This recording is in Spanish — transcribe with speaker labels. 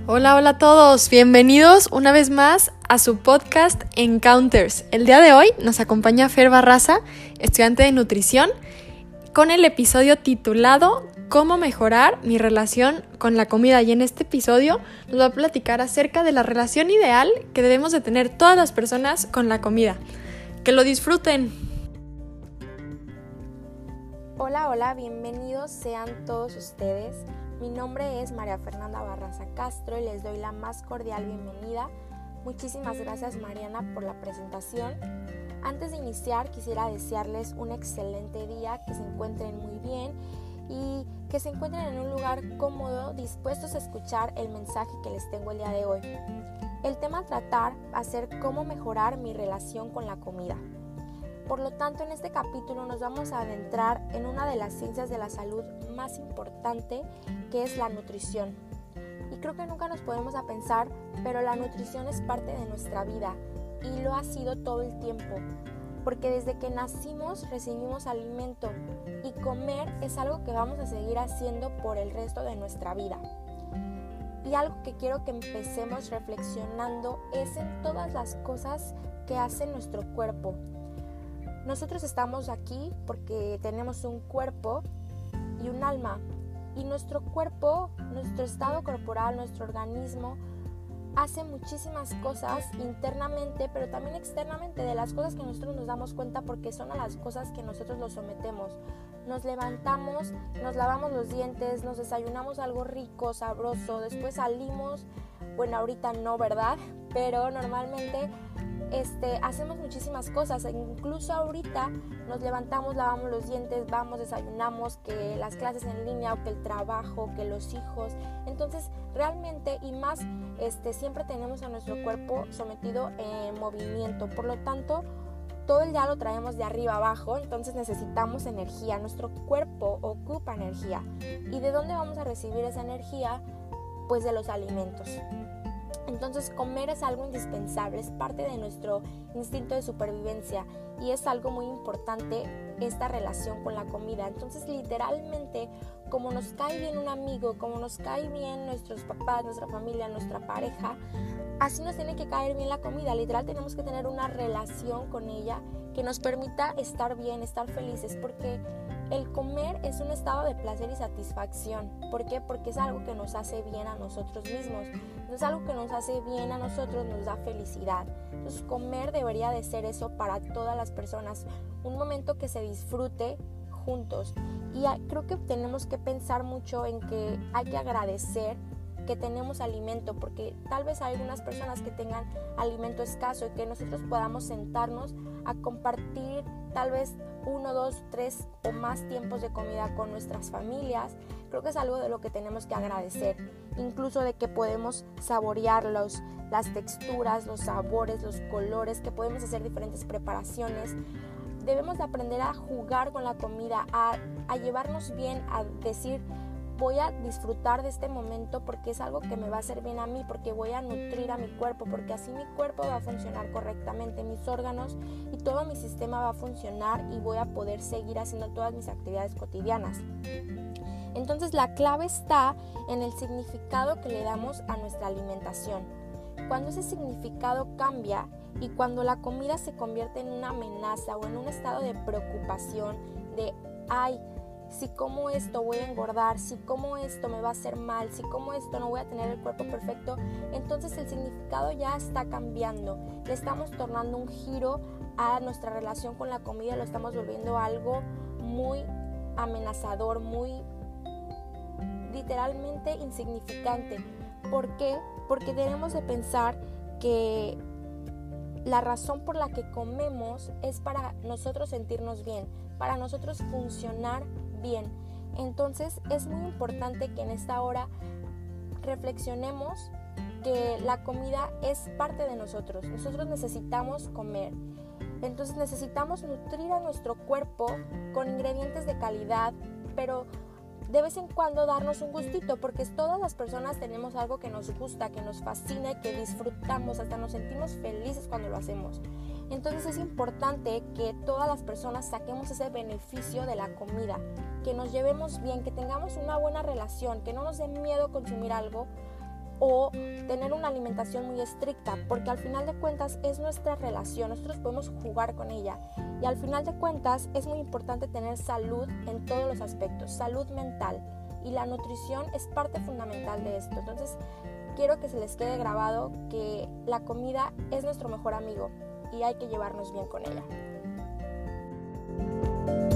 Speaker 1: Hola, hola a todos, bienvenidos una vez más a su podcast Encounters. El día de hoy nos acompaña Fer Barraza, estudiante de nutrición, con el episodio titulado ¿Cómo mejorar mi relación con la comida? Y en este episodio nos va a platicar acerca de la relación ideal que debemos de tener todas las personas con la comida. ¡Que lo disfruten!
Speaker 2: Hola, bienvenidos sean todos ustedes. Mi nombre es María Fernanda Barraza Castro y les doy la más cordial bienvenida. Muchísimas gracias, Mariana, por la presentación. Antes de iniciar, quisiera desearles un excelente día, que se encuentren muy bien y que se encuentren en un lugar cómodo, dispuestos a escuchar el mensaje que les tengo el día de hoy. El tema a tratar va a ser cómo mejorar mi relación con la comida. Por lo tanto, en este capítulo nos vamos a adentrar en una de las ciencias de la salud más importante, que es la nutrición. Y creo que nunca nos podemos a pensar, pero la nutrición es parte de nuestra vida y lo ha sido todo el tiempo, porque desde que nacimos recibimos alimento y comer es algo que vamos a seguir haciendo por el resto de nuestra vida. Y algo que quiero que empecemos reflexionando es en todas las cosas que hace nuestro cuerpo. Nosotros estamos aquí porque tenemos un cuerpo y un alma, y nuestro cuerpo, nuestro estado corporal, nuestro organismo hace muchísimas cosas internamente, pero también externamente, de las cosas que nosotros nos damos cuenta porque son a las cosas que nosotros los sometemos. Nos levantamos, nos lavamos los dientes, nos desayunamos algo rico, sabroso, después salimos, bueno, ahorita no, ¿verdad? Pero normalmente hacemos muchísimas cosas, incluso ahorita nos levantamos, lavamos los dientes, vamos, desayunamos, que las clases en línea o que el trabajo, que los hijos. Entonces realmente y más siempre tenemos a nuestro cuerpo sometido en movimiento, por lo tanto todo el día lo traemos de arriba abajo, entonces necesitamos energía, nuestro cuerpo ocupa energía. ¿Y de dónde vamos a recibir esa energía? Pues de los alimentos. Entonces comer es algo indispensable, es parte de nuestro instinto de supervivencia y es algo muy importante esta relación con la comida. Entonces literalmente, como nos cae bien un amigo, como nos cae bien nuestros papás, nuestra familia, nuestra pareja, así nos tiene que caer bien la comida. Literal tenemos que tener una relación con ella que nos permita estar bien, estar felices, porque el comer es un estado de placer y satisfacción. ¿Por qué? Porque es algo que nos hace bien a nosotros mismos. Es algo que nos hace bien a nosotros, nos da felicidad. Entonces comer debería de ser eso para todas las personas. Un momento que se disfrute juntos. Y creo que tenemos que pensar mucho en que hay que agradecer que tenemos alimento, porque tal vez hay algunas personas que tengan alimento escaso y que nosotros podamos sentarnos a compartir tal vez 1, 2, 3 o más tiempos de comida con nuestras familias. Creo que es algo de lo que tenemos que agradecer, incluso de que podemos saborear las texturas, los sabores, los colores, que podemos hacer diferentes preparaciones. Debemos de aprender a jugar con la comida, a llevarnos bien, a decir voy a disfrutar de este momento porque es algo que me va a hacer bien a mí, porque voy a nutrir a mi cuerpo, porque así mi cuerpo va a funcionar correctamente, mis órganos y todo mi sistema va a funcionar y voy a poder seguir haciendo todas mis actividades cotidianas. Entonces la clave está en el significado que le damos a nuestra alimentación. Cuando ese significado cambia y cuando la comida se convierte en una amenaza o en un estado de preocupación, de si como esto voy a engordar, si como esto me va a hacer mal, si como esto no voy a tener el cuerpo perfecto, entonces el significado ya está cambiando. Le estamos tornando un giro a nuestra relación con la comida, lo estamos volviendo algo muy amenazador, muy literalmente insignificante. ¿Por qué? Porque tenemos de pensar que la razón por la que comemos es para nosotros sentirnos bien, para nosotros funcionar bien. Entonces es muy importante que en esta hora reflexionemos que la comida es parte de nosotros. Nosotros necesitamos comer. Entonces necesitamos nutrir a nuestro cuerpo con ingredientes de calidad, pero de vez en cuando darnos un gustito, porque todas las personas tenemos algo que nos gusta, que nos fascina y que disfrutamos, hasta nos sentimos felices cuando lo hacemos. Entonces es importante que todas las personas saquemos ese beneficio de la comida, que nos llevemos bien, que tengamos una buena relación, que no nos dé miedo consumir algo o tener una alimentación muy estricta, porque al final de cuentas es nuestra relación, nosotros podemos jugar con ella y al final de cuentas es muy importante tener salud en todos los aspectos, salud mental, y la nutrición es parte fundamental de esto. Entonces quiero que se les quede grabado que la comida es nuestro mejor amigo y hay que llevarnos bien con ella.